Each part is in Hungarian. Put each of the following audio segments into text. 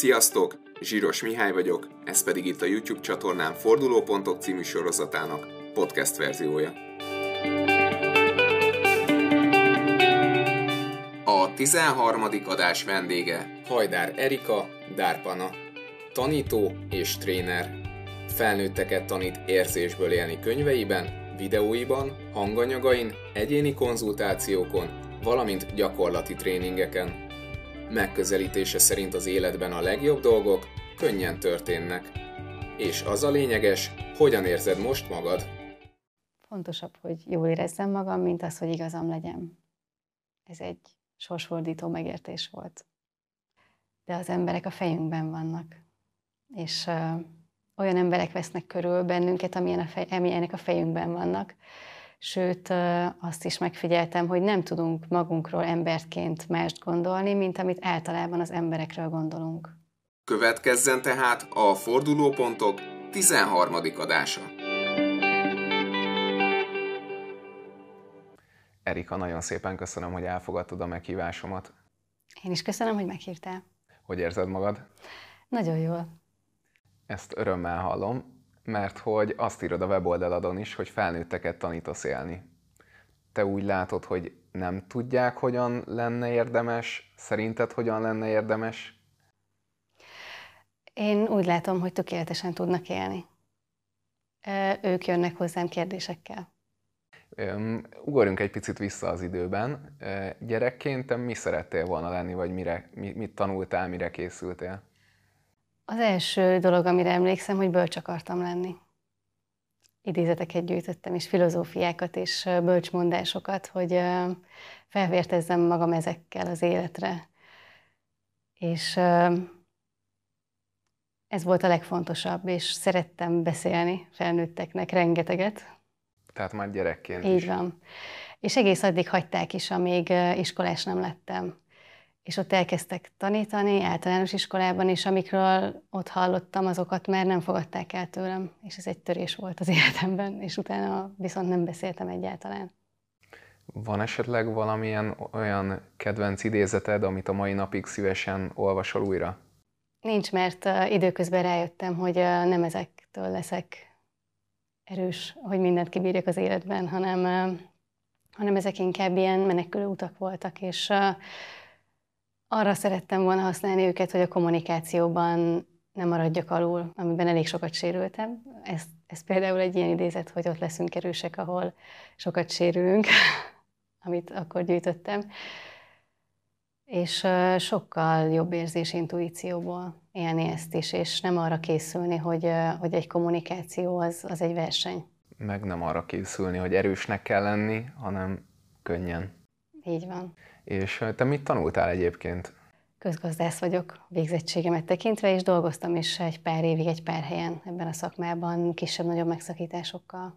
Sziasztok! Zsíros Mihály vagyok, ez pedig itt a YouTube csatornám Fordulópontok című sorozatának podcast verziója. A 13. adás vendége Hajdár Erika Dárpana, tanító és tréner. Felnőtteket tanít érzésből élni könyveiben, videóiban, hanganyagain, egyéni konzultációkon, valamint gyakorlati tréningeken. Megközelítése szerint az életben a legjobb dolgok könnyen történnek. És az a lényeges, hogyan érzed most magad? Fontosabb, hogy jól érezzem magam, mint az, hogy igazam legyen. Ez egy sorsfordító megértés volt. De az emberek a fejünkben vannak. És olyan emberek vesznek körül bennünket, amilyenek a fejünkben vannak. Sőt, azt is megfigyeltem, hogy nem tudunk magunkról emberként mást gondolni, mint amit általában az emberekről gondolunk. Következzen tehát a Fordulópontok 13. adása. Erika, nagyon szépen köszönöm, hogy elfogadtad a meghívásomat. Én is köszönöm, hogy meghívtál. Hogy érzed magad? Nagyon jól. Ezt örömmel hallom, mert hogy azt írod a weboldaladon is, hogy felnőtteket tanítasz élni. Te úgy látod, hogy nem tudják, hogyan lenne érdemes? Szerinted hogyan lenne érdemes? Én úgy látom, hogy tökéletesen tudnak élni. Ők jönnek hozzám kérdésekkel. Ugorjunk egy picit vissza az időben. Gyerekként te mi szerettél volna lenni, vagy mit tanultál, mire készültél? Az első dolog, amire emlékszem, hogy bölcs akartam lenni. Idézeteket gyűjtöttem, és filozófiákat, és bölcsmondásokat, hogy felvértezzem magam ezekkel az életre. És ez volt a legfontosabb, és szerettem beszélni felnőtteknek rengeteget. Tehát már gyerekként Így is. van. És egész addig hagyták is, amíg iskolás nem lettem. És ott elkezdtek tanítani, általános iskolában is, amikről ott hallottam, azokat már nem fogadták el tőlem. És ez egy törés volt az életemben, és utána viszont nem beszéltem egyáltalán. Van esetleg valamilyen olyan kedvenc idézeted, amit a mai napig szívesen olvasol újra? Nincs, mert időközben rájöttem, hogy nem ezektől leszek erős, hogy mindent kibírjak az életben, hanem ezek inkább ilyen menekülő utak voltak, és arra szerettem volna használni őket, hogy a kommunikációban nem maradjak alul, amiben elég sokat sérültem. Ez például egy ilyen idézet, hogy ott leszünk erősek, ahol sokat sérülünk, amit akkor gyűjtöttem. És sokkal jobb érzés intuícióból élni ezt is, és nem arra készülni, hogy egy kommunikáció az egy verseny. Meg nem arra készülni, hogy erősnek kell lenni, hanem könnyen. Így van. És te mit tanultál egyébként? Közgazdász vagyok végzettségemet tekintve, és dolgoztam is egy pár évig, egy pár helyen ebben a szakmában, kisebb-nagyobb megszakításokkal.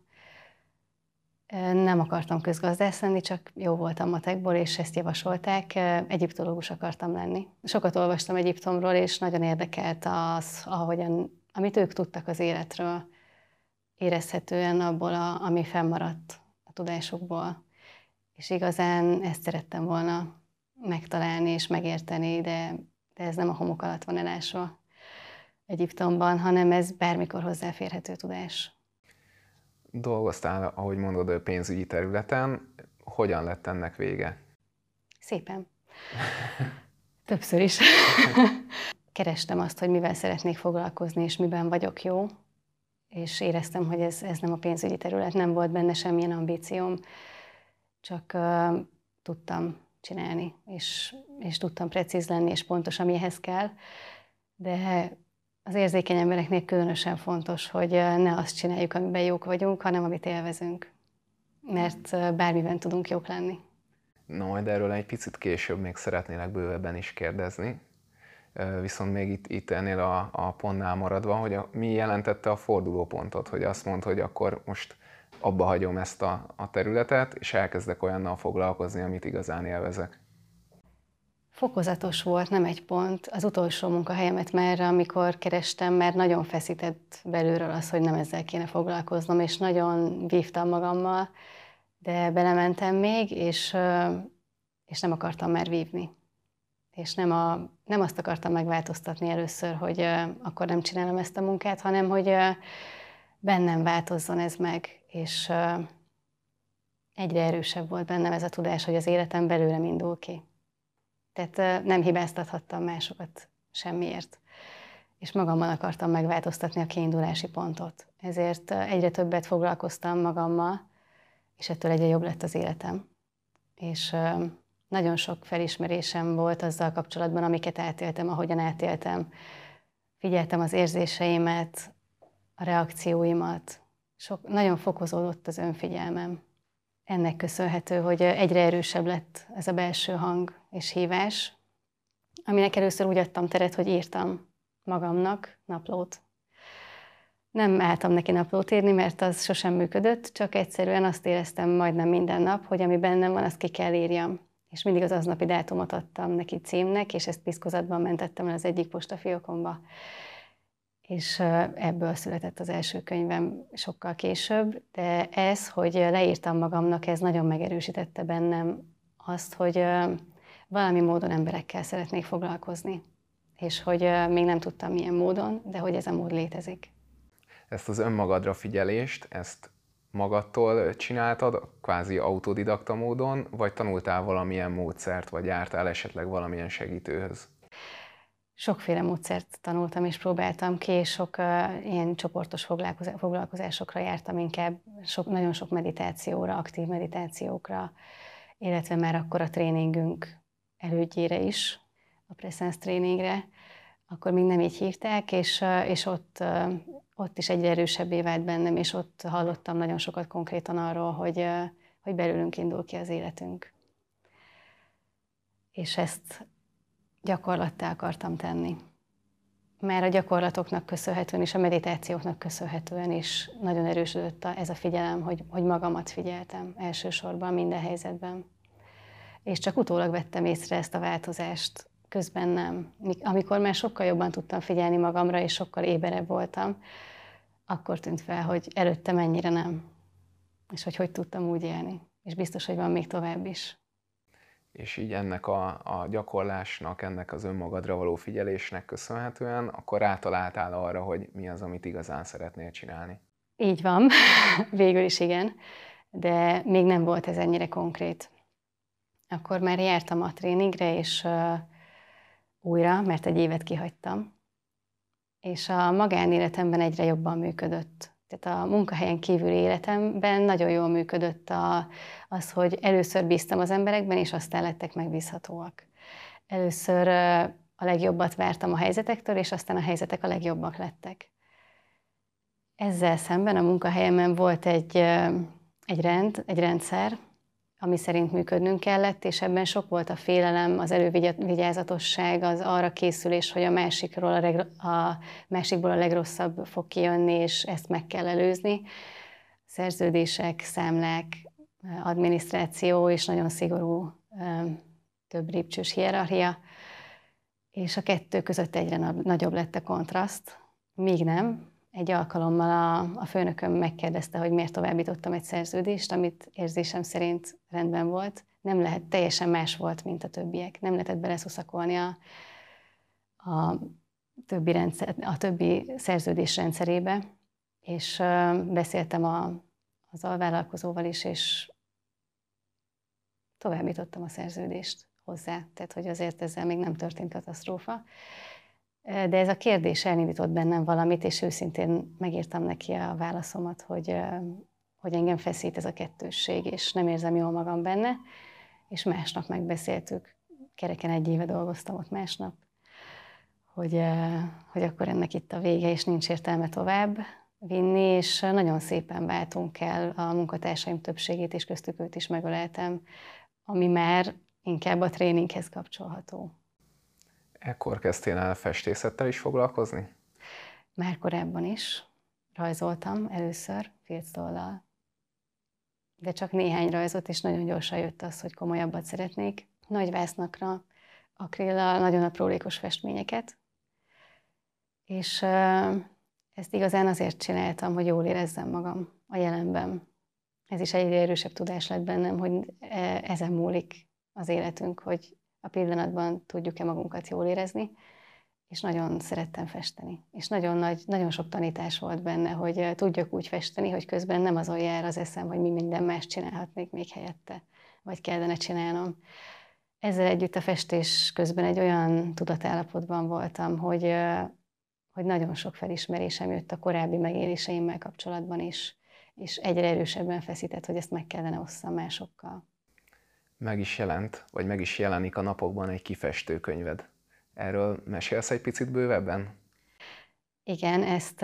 Nem akartam közgazdász lenni, csak jó voltam matekból, és ezt javasolták. Egyiptológus akartam lenni. Sokat olvastam Egyiptomról, és nagyon érdekelt az, amit ők tudtak az életről, érezhetően abból, ami fennmaradt a tudásukból. És igazán ezt szerettem volna megtalálni és megérteni, de ez nem a homok alatt van elásva Egyiptomban, hanem ez bármikor hozzáférhető tudás. Dolgoztál, ahogy mondod, pénzügyi területen. Hogyan lett ennek vége? Szépen. Többször is. Kerestem azt, hogy mivel szeretnék foglalkozni, és miben vagyok jó, és éreztem, hogy ez nem a pénzügyi terület, nem volt benne semmilyen ambícióm, csak tudtam csinálni, és tudtam precíz lenni, és pontos, amihez kell, de az érzékeny embereknél különösen fontos, hogy ne azt csináljuk, amiben jók vagyunk, hanem amit élvezünk. Mert bármiben tudunk jók lenni. Na, majd erről egy picit később még szeretnélek bővebben is kérdezni. Viszont még itt ennél a pontnál maradva, hogy mi jelentette a fordulópontot, hogy azt mondta, hogy akkor most abba hagyom ezt a területet, és elkezdek olyannal foglalkozni, amit igazán élvezek. Fokozatos volt, nem egy pont. Az utolsó munkahelyemet már, amikor kerestem, már nagyon feszített belülről az, hogy nem ezzel kéne foglalkoznom, és nagyon vívtam magammal, de belementem még, és nem akartam már vívni. És nem azt akartam megváltoztatni először, hogy akkor nem csinálom ezt a munkát, hanem hogy bennem változzon ez meg, és egyre erősebb volt bennem ez a tudás, hogy az életem belőlem indul ki. Tehát nem hibáztathattam másokat semmiért. És magammal akartam megváltoztatni a kiindulási pontot. Ezért egyre többet foglalkoztam magammal, és ettől egyre jobb lett az életem. És nagyon sok felismerésem volt azzal kapcsolatban, amiket átéltem, ahogyan átéltem. Figyeltem az érzéseimet, a reakcióimat. Nagyon fokozódott az önfigyelmem. Ennek köszönhető, hogy egyre erősebb lett ez a belső hang és hívás, aminek először úgy adtam teret, hogy írtam magamnak naplót. Nem álltam neki naplót írni, mert az sosem működött, csak egyszerűen azt éreztem majdnem minden nap, hogy ami bennem van, azt ki kell írjam. És mindig az aznapi dátumot adtam neki címnek, és ezt piszkozatban mentettem el az egyik postafiókomba. És ebből született az első könyvem sokkal később, de ez, hogy leírtam magamnak, ez nagyon megerősítette bennem azt, hogy valami módon emberekkel szeretnék foglalkozni. És hogy még nem tudtam milyen módon, de hogy ez a mód létezik. Ezt az önmagadra figyelést, ezt magadtól csináltad, kvázi autodidakta módon, vagy tanultál valamilyen módszert, vagy jártál esetleg valamilyen segítőhöz? Sokféle módszert tanultam és próbáltam ki, és sok ilyen csoportos foglalkozásokra jártam inkább, nagyon sok meditációra, aktív meditációkra, illetve már akkor a tréningünk elődjére is, a presence tréningre, akkor még nem így hívták, és ott is egyre erősebbé vált bennem, és ott hallottam nagyon sokat konkrétan arról, hogy belőlünk indul ki az életünk. És ezt gyakorlattá akartam tenni. Már a gyakorlatoknak köszönhetően és a meditációknak köszönhetően is nagyon erősödött ez a figyelem, hogy magamat figyeltem elsősorban minden helyzetben. És csak utólag vettem észre ezt a változást, közben nem. Amikor már sokkal jobban tudtam figyelni magamra, és sokkal éberebb voltam, akkor tűnt fel, hogy előtte mennyire nem. És hogy tudtam úgy élni. És biztos, hogy van még tovább is. És így ennek a gyakorlásnak, ennek az önmagadra való figyelésnek köszönhetően, akkor rátaláltál arra, hogy mi az, amit igazán szeretnél csinálni. Így van, végül is igen, de még nem volt ez ennyire konkrét. Akkor már jártam a tréningre, és újra, mert egy évet kihagytam, és a magánéletemben egyre jobban működött. Tehát a munkahelyen kívüli életemben nagyon jól működött az, hogy először bíztam az emberekben, és aztán lettek megbízhatóak. Először a legjobbat vártam a helyzetektől, és aztán a helyzetek a legjobbak lettek. Ezzel szemben a munkahelyemen volt egy rendszer, ami szerint működnünk kellett, és ebben sok volt a félelem, az elővigyázatosság, az arra készülés, hogy a másikból a legrosszabb fog kijönni, és ezt meg kell előzni. Szerződések, számlák, adminisztráció és nagyon szigorú több lépcsős hierarchia, és a kettő között egyre nagyobb lett a kontraszt, míg nem. Egy alkalommal a főnököm megkérdezte, hogy miért továbbítottam egy szerződést, amit érzésem szerint rendben volt. Nem lehet, teljesen más volt, mint a többiek. Nem lehetett beleszuszakolni a többi szerződés rendszerébe. És beszéltem az alvállalkozóval is, és továbbítottam a szerződést hozzá. Tehát, hogy azért ezzel még nem történt katasztrófa. De ez a kérdés elindított bennem valamit, és őszintén megírtam neki a válaszomat, hogy engem feszít ez a kettősség, és nem érzem jól magam benne, és másnap megbeszéltük. Kereken 1 éve dolgoztam ott másnap, hogy akkor ennek itt a vége, és nincs értelme tovább vinni, és nagyon szépen váltunk el, a munkatársaim többségét, és köztük őt is megöleltem, ami már inkább a tréninghez kapcsolható. Ekkor kezdtél el festészettel is foglalkozni? Már korábban is rajzoltam először filctollal, de csak néhány rajzot, és nagyon gyorsan jött az, hogy komolyabbat szeretnék. Nagy vásznakra, akrillal, nagyon aprólékos festményeket, és ezt igazán azért csináltam, hogy jól érezzem magam a jelenben. Ez is egyre erősebb tudás lett bennem, hogy ezen múlik az életünk, hogy a pillanatban tudjuk-e magunkat jól érezni, és nagyon szerettem festeni. És nagyon sok tanítás volt benne, hogy tudjak úgy festeni, hogy közben nem azon jár az eszem, hogy mi minden más csinálhatnék még helyette, vagy kellene csinálnom. Ezzel együtt a festés közben egy olyan tudatállapotban voltam, hogy nagyon sok felismerésem jött a korábbi megéléseimmel kapcsolatban is, és egyre erősebben feszített, hogy ezt meg kellene osszam másokkal. Meg is jelent, vagy meg is jelenik a napokban egy kifestő könyved. Erről mesélsz egy picit bővebben? Igen, ezt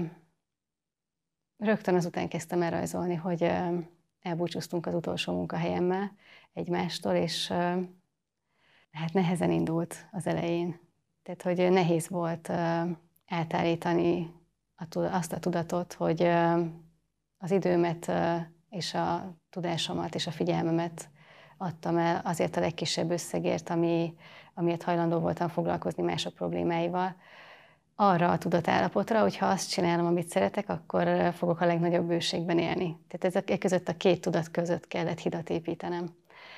rögtön azután kezdtem el rajzolni, hogy elbúcsúztunk az utolsó munkahelyemmel egymástól, és hát nehezen indult az elején. Tehát, hogy nehéz volt átállítani azt a tudatot, hogy az időmet és a tudásomat és a figyelmemet adtam el azért a legkisebb összegért, amiért hajlandó voltam foglalkozni mások problémáival, arra a tudatállapotra, hogy ha azt csinálom, amit szeretek, akkor fogok a legnagyobb bőségben élni. Tehát ezek között a két tudat között kellett hidat építenem.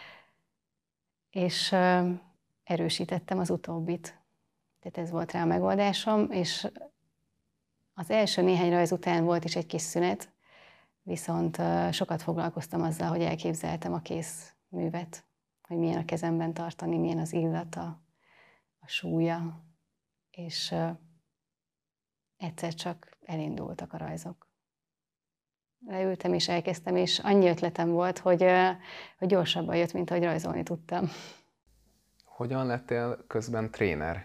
És erősítettem az utóbbit. Tehát ez volt rá a megoldásom, és az első néhány rajz után volt is egy kis szünet, viszont sokat foglalkoztam azzal, hogy elképzeltem a kész művet, hogy milyen a kezemben tartani, milyen az illata, a súlya, és egyszer csak elindultak a rajzok. Leültem és elkezdtem, és annyi ötletem volt, hogy gyorsabban jött, mint ahogy rajzolni tudtam. Hogyan lettél közben tréner?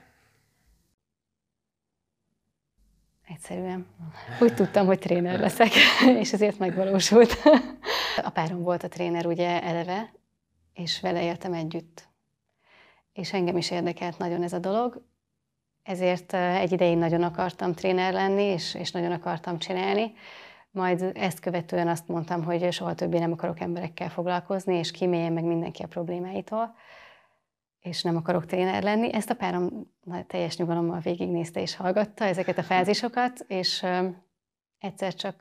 Egyszerűen. Úgy tudtam, hogy tréner leszek, és ezért megvalósult. A párom volt a tréner ugye eleve, és vele éltem együtt. És engem is érdekelt nagyon ez a dolog, ezért egy ideig nagyon akartam tréner lenni, és nagyon akartam csinálni. Majd ezt követően azt mondtam, hogy soha többé nem akarok emberekkel foglalkozni, és kiméljen meg mindenki a problémáitól, és nem akarok tréner lenni. Ezt a párom teljes nyugalommal végignézte és hallgatta ezeket a fázisokat, és egyszer csak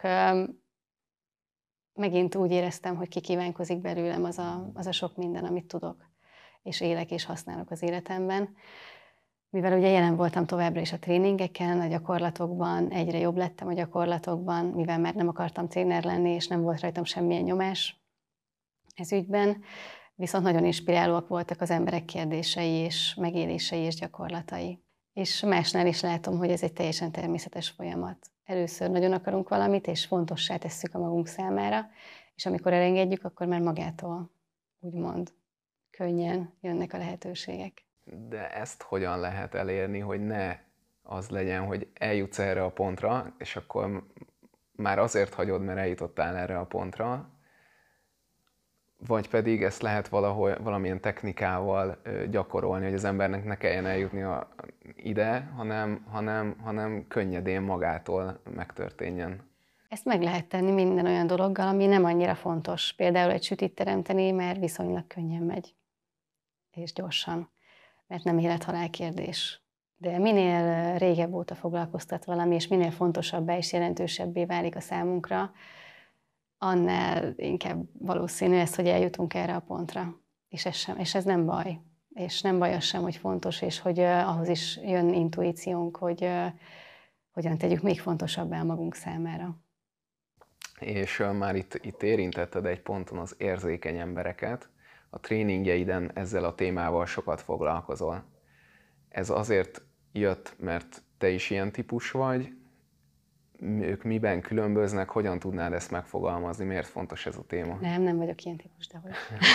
megint úgy éreztem, hogy kikívánkozik belőlem az a sok minden, amit tudok, és élek és használok az életemben. Mivel ugye jelen voltam továbbra is a tréningeken, a gyakorlatokban, egyre jobb lettem a gyakorlatokban, mivel már nem akartam tréner lenni, és nem volt rajtam semmilyen nyomás ez ügyben, viszont nagyon inspirálóak voltak az emberek kérdései, és megélései és gyakorlatai. És másnál is látom, hogy ez egy teljesen természetes folyamat. Először nagyon akarunk valamit, és fontossá tesszük a magunk számára, és amikor elengedjük, akkor már magától, úgymond, könnyen jönnek a lehetőségek. De ezt hogyan lehet elérni, hogy ne az legyen, hogy eljutsz erre a pontra, és akkor már azért hagyod, mert eljutottál erre a pontra, vagy pedig ezt lehet valamilyen technikával gyakorolni, hogy az embernek ne kelljen eljutni ide, hanem könnyedén magától megtörténjen. Ezt meg lehet tenni minden olyan dologgal, ami nem annyira fontos. Például egy sütit teremteni, mert viszonylag könnyen megy, és gyorsan, mert nem élet-halál kérdés. De minél régebb óta foglalkoztat valami, és minél fontosabbá és jelentősebbé válik a számunkra, annál inkább valószínű ez, hogy eljutunk erre a pontra. És ez nem baj. És nem baj az sem, hogy fontos, és hogy ahhoz is jön intuíciónk, hogy hogyan tegyük még fontosabbá magunk számára. És már itt érintetted egy ponton az érzékeny embereket. A tréningjeiden ezzel a témával sokat foglalkozol. Ez azért jött, mert te is ilyen típus vagy, ők miben különböznek, hogyan tudnád ezt megfogalmazni, miért fontos ez a téma? Nem vagyok ilyen típus, de hogy.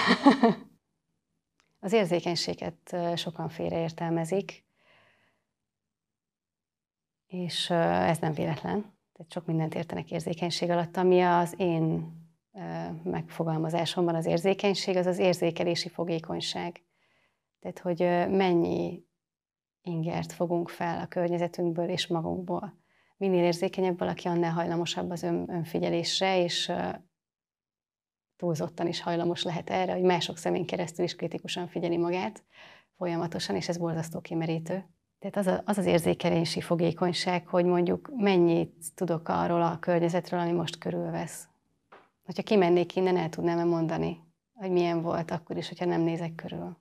Az érzékenységet sokan félreértelmezik, és ez nem véletlen. Tehát sok mindent értenek érzékenység alatt, ami az én megfogalmazásomban az érzékenység, az az érzékelési fogékonyság. Tehát, hogy mennyi ingert fogunk fel a környezetünkből és magunkból. Minél érzékenyebb valaki, annál hajlamosabb az önfigyelésre, és túlzottan is hajlamos lehet erre, hogy mások szemén keresztül is kritikusan figyeli magát folyamatosan, és ez borzasztó kimerítő. Tehát az érzékelési fogékonyság, hogy mondjuk mennyit tudok arról a környezetről, ami most körülvesz. Hogyha kimennék innen, el tudnám mondani, hogy milyen volt akkor is, hogyha nem nézek körül.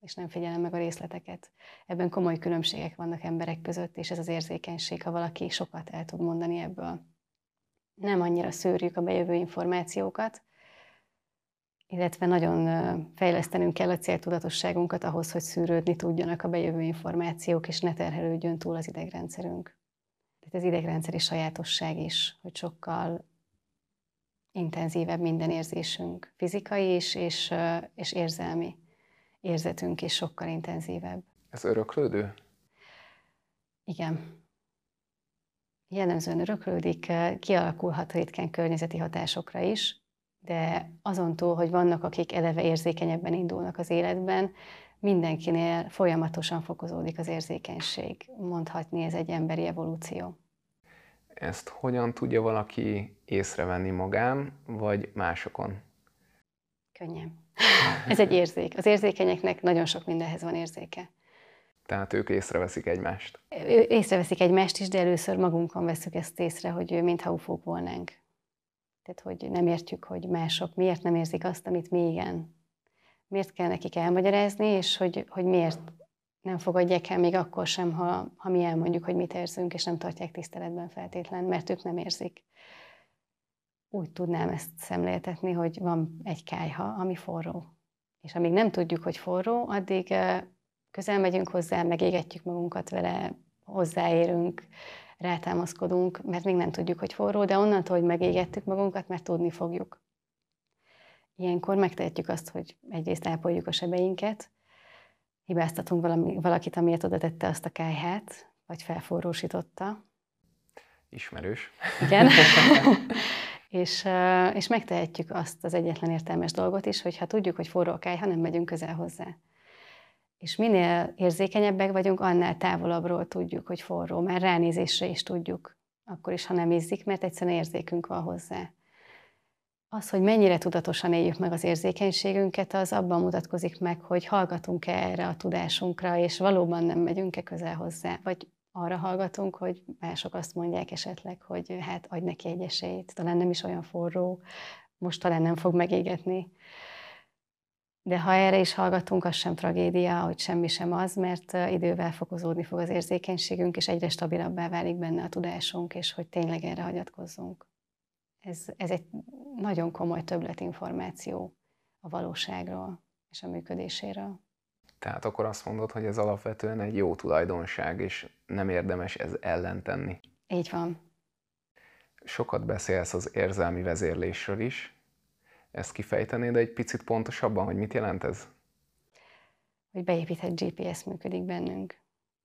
és nem figyelem meg a részleteket. Ebben komoly különbségek vannak emberek között, és ez az érzékenység, ha valaki sokat el tud mondani ebből. Nem annyira szűrjük a bejövő információkat, illetve nagyon fejlesztenünk kell a céltudatosságunkat ahhoz, hogy szűrődni tudjanak a bejövő információk, és ne terhelődjön túl az idegrendszerünk. Tehát az idegrendszeri sajátosság is, hogy sokkal intenzívebb minden érzésünk, fizikai is, és érzelmi érzetünk is sokkal intenzívebb. Ez öröklődő? Igen. Jellemzően öröklődik, kialakulhat ritkán környezeti hatásokra is, de azon túl, hogy vannak, akik eleve érzékenyebben indulnak az életben, mindenkinél folyamatosan fokozódik az érzékenység. Mondhatni, ez egy emberi evolúció. Ezt hogyan tudja valaki észrevenni magán, vagy másokon? Könnyen. Ez egy érzék. Az érzékenyeknek nagyon sok mindenhez van érzéke. Tehát ők észreveszik egymást? Észreveszik egymást is, de először magunkon veszük ezt észre, hogy mintha ufók volnánk. Tehát, hogy nem értjük, hogy mások miért nem érzik azt, amit mi igen. Miért kell nekik elmagyarázni, és hogy miért nem fogadják el még akkor sem, ha mi elmondjuk, hogy mit érzünk, és nem tartják tiszteletben feltétlen, mert ők nem érzik. Úgy tudnám ezt szemléltetni, hogy van egy kályha, ami forró. És amíg nem tudjuk, hogy forró, addig közel megyünk hozzá, megégetjük magunkat vele, hozzáérünk, rátámaszkodunk, mert még nem tudjuk, hogy forró, de onnantól, hogy megégettük magunkat, mert tudni fogjuk. Ilyenkor megtehetjük azt, hogy egyrészt ápoljuk a sebeinket, hibáztatunk valakit, amiért oda tette azt a kályhát, vagy felforrósította. Ismerős. Igen. és megtehetjük azt az egyetlen értelmes dolgot is, hogy ha tudjuk, hogy forró a kályha, nem megyünk közel hozzá. És minél érzékenyebbek vagyunk, annál távolabbról tudjuk, hogy forró. Már ránézésre is tudjuk, akkor is, ha nem ízzik, mert egyszerűen érzékünk van hozzá. Az, hogy mennyire tudatosan éljük meg az érzékenységünket, az abban mutatkozik meg, hogy hallgatunk-e erre a tudásunkra, és valóban nem megyünk-e közel hozzá. Vagy arra hallgatunk, hogy mások azt mondják esetleg, hogy hát adj neki egy esélyt, talán nem is olyan forró, most talán nem fog megégetni. De ha erre is hallgatunk, az sem tragédia, hogy semmi sem az, mert idővel fokozódni fog az érzékenységünk, és egyre stabilabbá válik benne a tudásunk, és hogy tényleg erre hagyatkozzunk. Ez egy nagyon komoly többletinformáció a valóságról és a működéséről. Tehát akkor azt mondod, hogy ez alapvetően egy jó tulajdonság, és nem érdemes ez ellen tenni. Így van. Sokat beszélsz az érzelmi vezérlésről is. Ezt kifejtenéd egy picit pontosabban, hogy mit jelent ez? Hogy beépített GPS működik bennünk,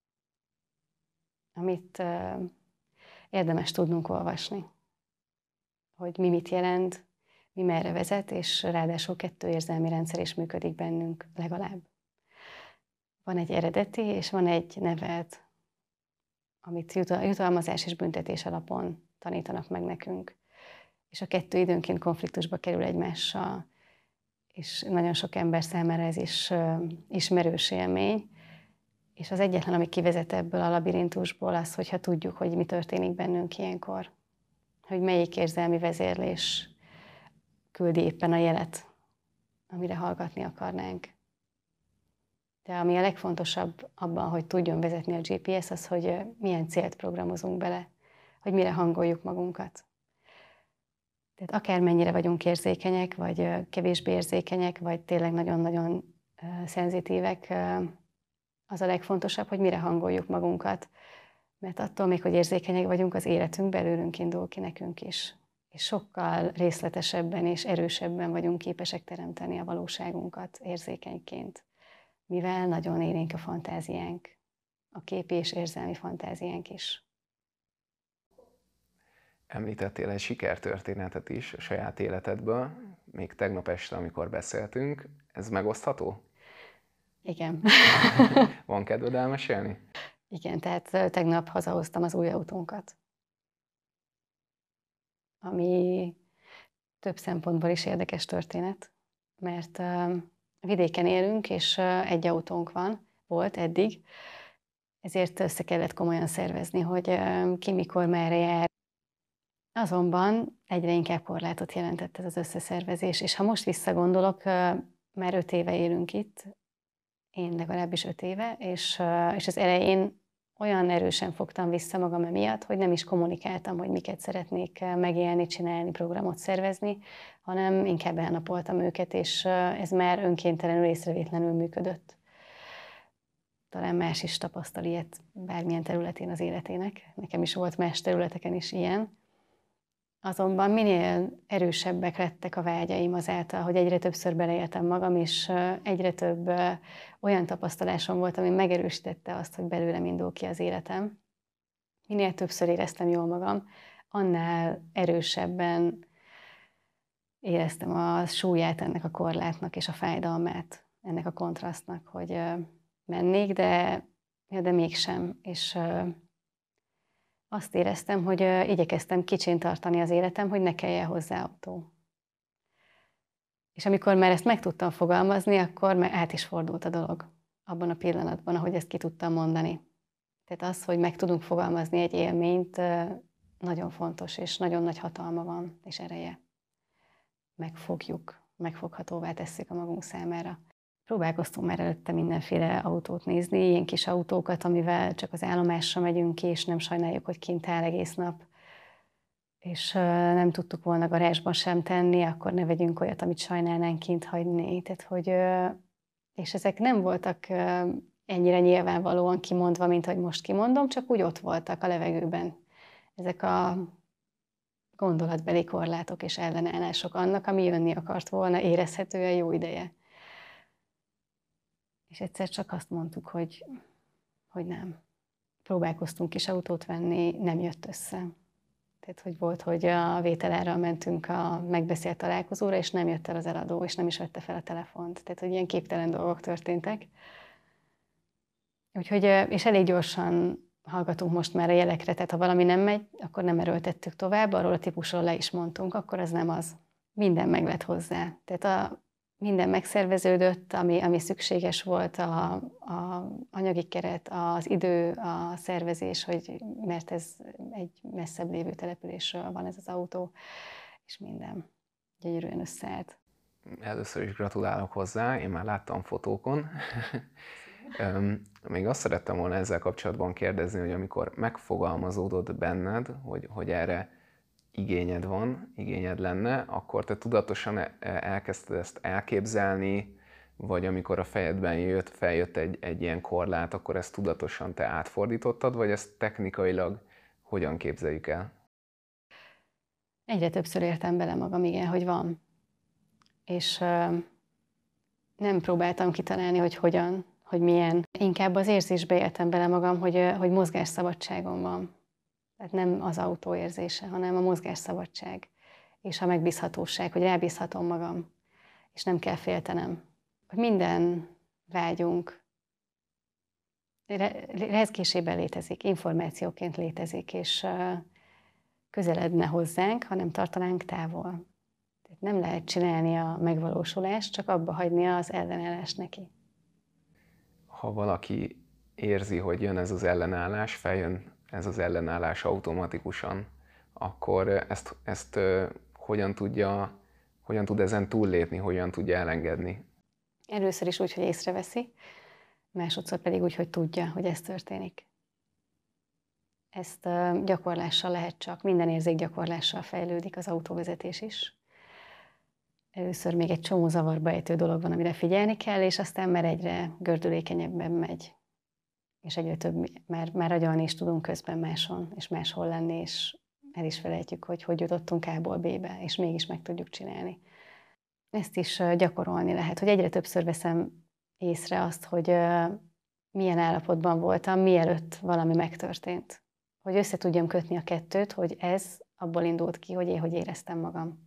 amit érdemes tudnunk olvasni. Hogy mi mit jelent, mi merre vezet, és ráadásul 2 érzelmi rendszer is működik bennünk legalább. Van egy eredeti, és van egy nevelt, amit jutalmazás és büntetés alapon tanítanak meg nekünk. És a 2 időnként konfliktusba kerül egymással, és nagyon sok ember számára ez is ismerős élmény. És az egyetlen, ami kivezet ebből a labirintusból, az, hogyha tudjuk, hogy mi történik bennünk ilyenkor. Hogy melyik érzelmi vezérlés küldi éppen a jelet, amire hallgatni akarnánk. De ami a legfontosabb abban, hogy tudjon vezetni a GPS, az, hogy milyen célt programozunk bele, hogy mire hangoljuk magunkat. Tehát akármennyire vagyunk érzékenyek, vagy kevésbé érzékenyek, vagy tényleg nagyon-nagyon szenzitívek, az a legfontosabb, hogy mire hangoljuk magunkat. Mert attól még, hogy érzékenyek vagyunk, az életünk belőlünk indul ki nekünk is. És sokkal részletesebben és erősebben vagyunk képesek teremteni a valóságunkat érzékenyként. Mivel nagyon élénk a fantáziánk, a képi és érzelmi fantáziánk is. Említettél egy sikertörténetet is a saját életedből, még tegnap este, amikor beszéltünk. Ez megosztható? Igen. Van kedved elmesélni? Igen, tehát tegnap hazahoztam az új autónkat, ami több szempontból is érdekes történet, mert vidéken élünk, és egy autónk volt eddig, ezért össze kellett komolyan szervezni, hogy ki mikor merre jár. Azonban egyre inkább korlátot jelentett ez az összeszervezés, és ha most visszagondolok, már 5 éve élünk itt, Én legalábbis 5 éve, és az elején olyan erősen fogtam vissza magam emiatt, hogy nem is kommunikáltam, hogy miket szeretnék megélni, csinálni, programot szervezni, hanem inkább elnapoltam őket, és ez már önkéntelenül, észrevétlenül működött. Talán más is tapasztal ilyet bármilyen területén az életének. Nekem is volt más területeken is ilyen. Azonban minél erősebbek lettek a vágyaim azáltal, hogy egyre többször beleéltem magam, és egyre több olyan tapasztalásom volt, ami megerősítette azt, hogy belőlem indul ki az életem. Minél többször éreztem jól magam, annál erősebben éreztem a súlyát ennek a korlátnak és a fájdalmát, ennek a kontrasztnak, hogy mennék, de mégsem. És azt éreztem, hogy igyekeztem kicsin tartani az életem, hogy ne kelljen hozzá autó. És amikor már ezt meg tudtam fogalmazni, akkor már át is fordult a dolog abban a pillanatban, ahogy ezt ki tudtam mondani. Tehát az, hogy meg tudunk fogalmazni egy élményt, nagyon fontos, és nagyon nagy hatalma van, és ereje. Megfogjuk, megfoghatóvá tesszük a magunk számára. Próbálkoztunk már előtte mindenféle autót nézni, ilyen kis autókat, amivel csak az állomásra megyünk ki, és nem sajnáljuk, hogy kint áll egész nap. És nem tudtuk volna garázsban sem tenni, akkor ne vegyünk olyat, amit sajnálnánk kint hagyni. Tehát, és ezek nem voltak ennyire nyilvánvalóan kimondva, mint ahogy most kimondom, csak úgy ott voltak a levegőben. Ezek a gondolatbeli korlátok és ellenállások annak, ami jönni akart volna érezhetően jó ideje. És egyszer csak azt mondtuk, hogy nem. Próbálkoztunk kis autót venni, nem jött össze. Tehát, hogy volt, hogy a vételárral mentünk a megbeszélt találkozóra, és nem jött el az eladó, és nem is vette fel a telefont. Tehát, hogy ilyen képtelen dolgok történtek. Úgyhogy, és elég gyorsan hallgatunk most már a jelekre, tehát ha valami nem megy, akkor nem erőltettük tovább, arról a típusról le is mondtunk, akkor az nem az. Minden meg lett hozzá. Tehát minden megszerveződött, ami szükséges volt, a anyagi keret, az idő, a szervezés, mert ez egy messzebb lévő településről van ez az autó, és minden gyönyörűen összeállt. Először is gratulálok hozzá, én már láttam fotókon. Még azt szerettem volna ezzel kapcsolatban kérdezni, hogy amikor megfogalmazódott benned, hogy erre igényed lenne, akkor te tudatosan elkezdted ezt elképzelni, vagy amikor a fejedben feljött egy ilyen korlát, akkor ezt tudatosan te átfordítottad, vagy ezt technikailag hogyan képzeljük el? Egyre többször értem bele magam, igen, hogy van. És nem próbáltam kitalálni, hogy hogyan, hogy milyen. Inkább az érzésbe éltem bele magam, hogy mozgásszabadságom van. Tehát nem az autó érzése, hanem a mozgásszabadság és a megbízhatóság, hogy rábízhatom magam, és nem kell féltenem. Hogy minden vágyunk rezgésében létezik, információként létezik, és közeledne hozzánk, hanem tartanánk távol. Tehát nem lehet csinálni a megvalósulást, csak abba hagyni az ellenállást neki. Ha valaki érzi, hogy jön ez az ellenállás, feljön ez az ellenállás automatikusan, akkor ezt hogyan tud ezen túllépni, hogyan tudja elengedni? Először is úgy, hogy észreveszi, másodszor pedig úgy, hogy tudja, hogy ez történik. Ezt gyakorlással lehet csak, minden érzék gyakorlással fejlődik, az autóvezetés is. Először még egy csomó zavarba ejtő dolog van, amire figyelni kell, és aztán már egyre gördülékenyebben megy. És egyre több, már agyalni is tudunk közben máson, és máshol lenni, és el is felejtjük, hogy jutottunk A-ból B-be, és mégis meg tudjuk csinálni. Ezt is gyakorolni lehet, hogy egyre többször veszem észre azt, hogy milyen állapotban voltam, mielőtt valami megtörtént. Hogy össze tudjam kötni a kettőt, hogy ez abból indult ki, hogy én hogy éreztem magam.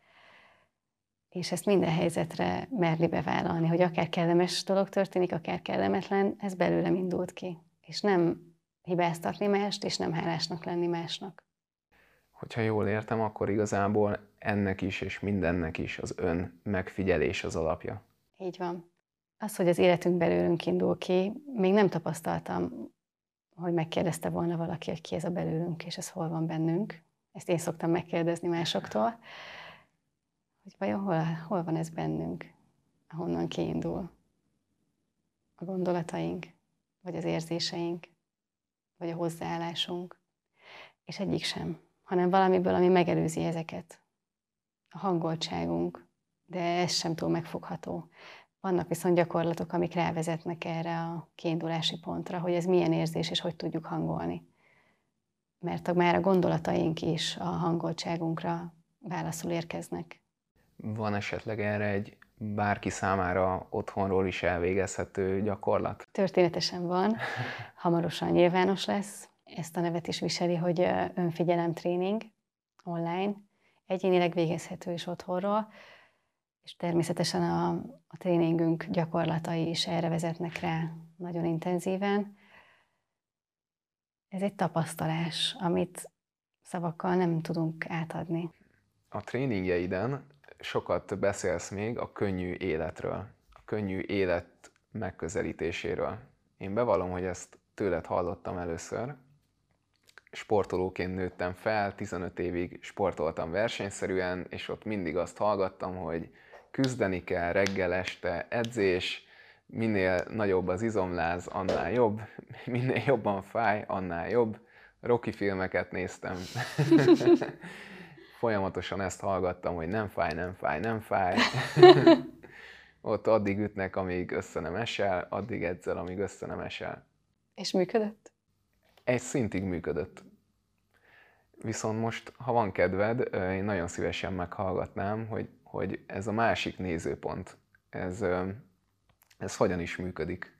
És ezt minden helyzetre merni bevállalni, hogy akár kellemes dolog történik, akár kellemetlen, ez belőlem indult ki. És nem hibáztatni mást, és nem hálásnak lenni másnak. Hogyha jól értem, akkor igazából ennek is és mindennek is az ön megfigyelés az alapja. Így van. Az, hogy az életünk belőlünk indul ki, még nem tapasztaltam, hogy megkérdezte volna valaki, hogy ki ez a belőlünk, és ez hol van bennünk. Ezt én szoktam megkérdezni másoktól, hogy vajon hol van ez bennünk, ahonnan kiindul. a gondolataink, vagy az érzéseink, vagy a hozzáállásunk, és egyik sem, hanem valamiből, ami megelőzi ezeket. A hangoltságunk, de ez sem túl megfogható. Vannak viszont gyakorlatok, amik rávezetnek erre a kiindulási pontra, hogy ez milyen érzés, és hogy tudjuk hangolni. Mert már a gondolataink is a hangoltságunkra válaszul érkeznek. Van esetleg erre egy bárki számára otthonról is elvégezhető gyakorlat? Történetesen van, hamarosan nyilvános lesz. Ezt a nevet is viseli, hogy önfigyelemtréning online. Egyénileg végezhető is otthonról, és természetesen a tréningünk gyakorlatai is erre vezetnek rá nagyon intenzíven. Ez egy tapasztalás, amit szavakkal nem tudunk átadni. A tréningjeiden sokat beszélsz még a könnyű életről, a könnyű élet megközelítéséről. Én bevallom, hogy ezt tőled hallottam először. Sportolóként nőttem fel, 15 évig sportoltam versenyszerűen, és ott mindig azt hallgattam, hogy küzdeni kell, reggel, este, edzés, minél nagyobb az izomláz, annál jobb, minél jobban fáj, annál jobb. Rocky filmeket néztem. Folyamatosan ezt hallgattam, hogy nem fáj, nem fáj, nem fáj. Ott addig ütnek, amíg össze nem esel, addig edzel, amíg össze nem esel. És működött? Egy szintig működött. Viszont most, ha van kedved, én nagyon szívesen meghallgatnám, hogy ez a másik nézőpont, ez hogyan is működik.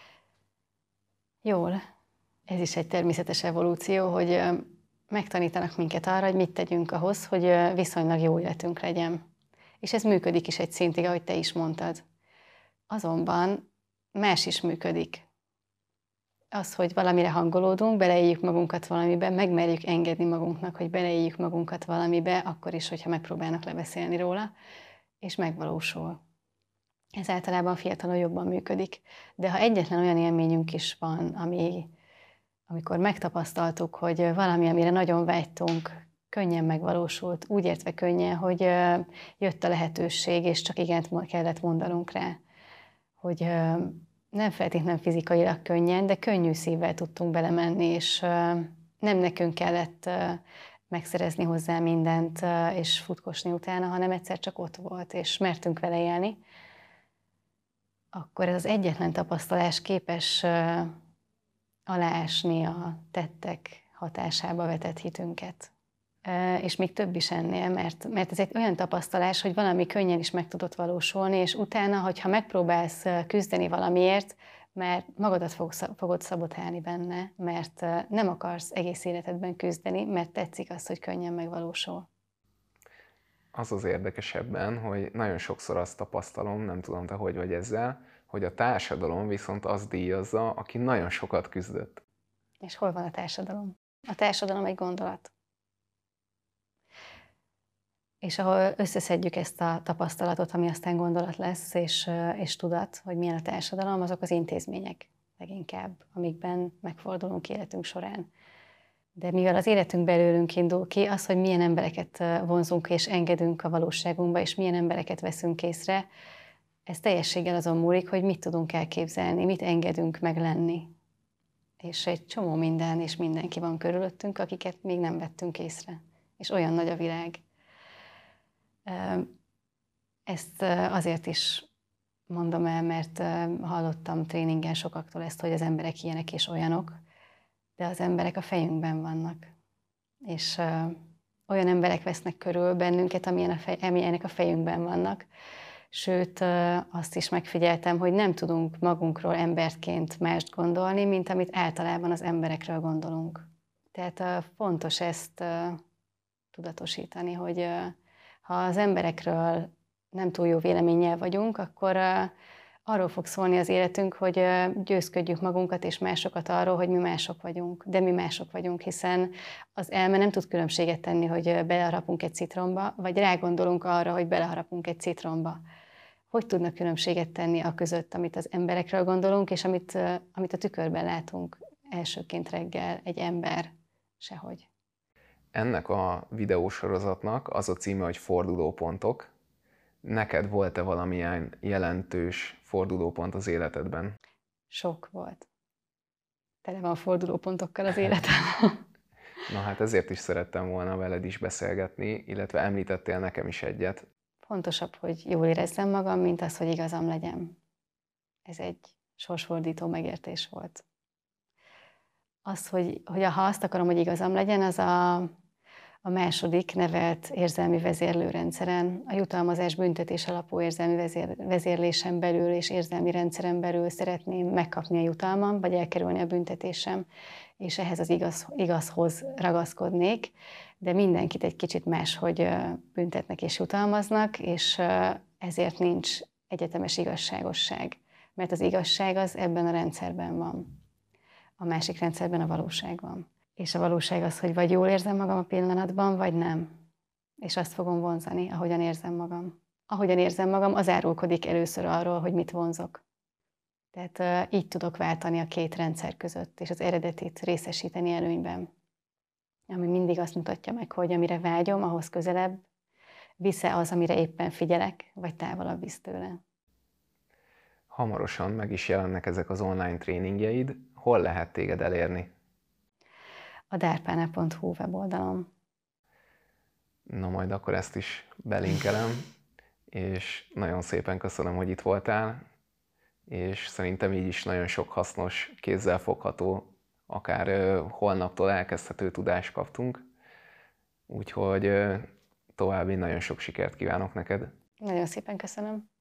Jól. Ez is egy természetes evolúció, hogy megtanítanak minket arra, hogy mit tegyünk ahhoz, hogy viszonylag jó életünk legyen. És ez működik is egy szintig, ahogy te is mondtad. Azonban más is működik. Az, hogy valamire hangolódunk, beleéljük magunkat valamibe, megmerjük engedni magunknak, hogy beleéljük magunkat valamibe, akkor is, hogyha megpróbálnak lebeszélni róla, és megvalósul. Ez általában fiatalon jobban működik. De ha egyetlen olyan élményünk is van, amikor megtapasztaltuk, hogy valami, amire nagyon vágytunk, könnyen megvalósult, úgy értve könnyen, hogy jött a lehetőség, és csak igent kellett mondanunk rá, hogy nem feltétlenül fizikailag könnyen, de könnyű szívvel tudtunk belemenni, és nem nekünk kellett megszerezni hozzá mindent, és futkosni utána, hanem egyszer csak ott volt, és mertünk vele élni, akkor ez az egyetlen tapasztalás képes aláásni a tettek hatásába vetett hitünket. És még több is ennél, mert ez egy olyan tapasztalás, hogy valami könnyen is meg tudott valósulni, és utána, hogyha megpróbálsz küzdeni valamiért, mert magadat fogod szabotálni benne, mert nem akarsz egész életedben küzdeni, mert tetszik az, hogy könnyen megvalósul. Az az érdekesebben, hogy nagyon sokszor azt tapasztalom, nem tudom te hogy vagy ezzel, hogy a társadalom viszont azt díjazza, aki nagyon sokat küzdött. És hol van a társadalom? A társadalom egy gondolat. És ahol összeszedjük ezt a tapasztalatot, ami aztán gondolat lesz, és tudat, hogy milyen a társadalom, azok az intézmények leginkább, amikben megfordulunk életünk során. De mivel az életünk belőlünk indul ki, az, hogy milyen embereket vonzunk és engedünk a valóságunkba, és milyen embereket veszünk észre, ez teljességgel azon múlik, hogy mit tudunk elképzelni, mit engedünk meg lenni. És egy csomó minden és mindenki van körülöttünk, akiket még nem vettünk észre. És olyan nagy a világ. Ezt azért is mondom el, mert hallottam tréningen sokaktól ezt, hogy az emberek ilyenek és olyanok, de az emberek a fejünkben vannak. És olyan emberek vesznek körül bennünket, amilyenek a fejünkben vannak. Sőt, azt is megfigyeltem, hogy nem tudunk magunkról emberként mást gondolni, mint amit általában az emberekről gondolunk. Tehát fontos ezt tudatosítani, hogy ha az emberekről nem túl jó véleménnyel vagyunk, akkor arról fog szólni az életünk, hogy győzködjük magunkat és másokat arról, hogy mi mások vagyunk. De mi mások vagyunk, hiszen az elme nem tud különbséget tenni, hogy beleharapunk egy citromba, vagy rágondolunk arra, hogy beleharapunk egy citromba. Hogy tudnak különbséget tenni a között, amit az emberekről gondolunk, és amit a tükörben látunk elsőként reggel egy ember? Sehogy. Ennek a videósorozatnak az a címe, hogy Fordulópontok. Neked volt-e valamilyen jelentős fordulópont az életedben? Sok volt. Tele van fordulópontokkal az életem. Na hát ezért is szerettem volna veled is beszélgetni, illetve említettél nekem is egyet. Fontosabb, hogy jól érezzem magam, mint az, hogy igazam legyen. Ez egy sorsfordító megértés volt. Az, hogy ha azt akarom, hogy igazam legyen, az a második nevelt érzelmi vezérlőrendszeren, a jutalmazás büntetés alapú érzelmi vezérlésen belül és érzelmi rendszeren belül szeretném megkapni a jutalmam, vagy elkerülni a büntetésem, és ehhez az igazhoz ragaszkodnék, de mindenkit egy kicsit máshogy büntetnek és jutalmaznak, és ezért nincs egyetemes igazságosság, mert az igazság az ebben a rendszerben van. A másik rendszerben a valóság van. És a valóság az, hogy vagy jól érzem magam a pillanatban, vagy nem. És azt fogom vonzani, ahogyan érzem magam. Ahogyan érzem magam, az árulkodik először arról, hogy mit vonzok. Tehát így tudok váltani a két rendszer között, és az eredetit részesíteni előnyben. Ami mindig azt mutatja meg, hogy amire vágyom, ahhoz közelebb visz-e az, amire éppen figyelek, vagy távolabb visz tőle. Hamarosan meg is jelennek ezek az online tréningjeid. Hol lehet téged elérni? A darpana.hu weboldalon. Na majd akkor ezt is belinkelem, és nagyon szépen köszönöm, hogy itt voltál, és szerintem így is nagyon sok hasznos, kézzelfogható, akár holnaptól elkezdhető tudást kaptunk. Úgyhogy további nagyon sok sikert kívánok neked. Nagyon szépen köszönöm.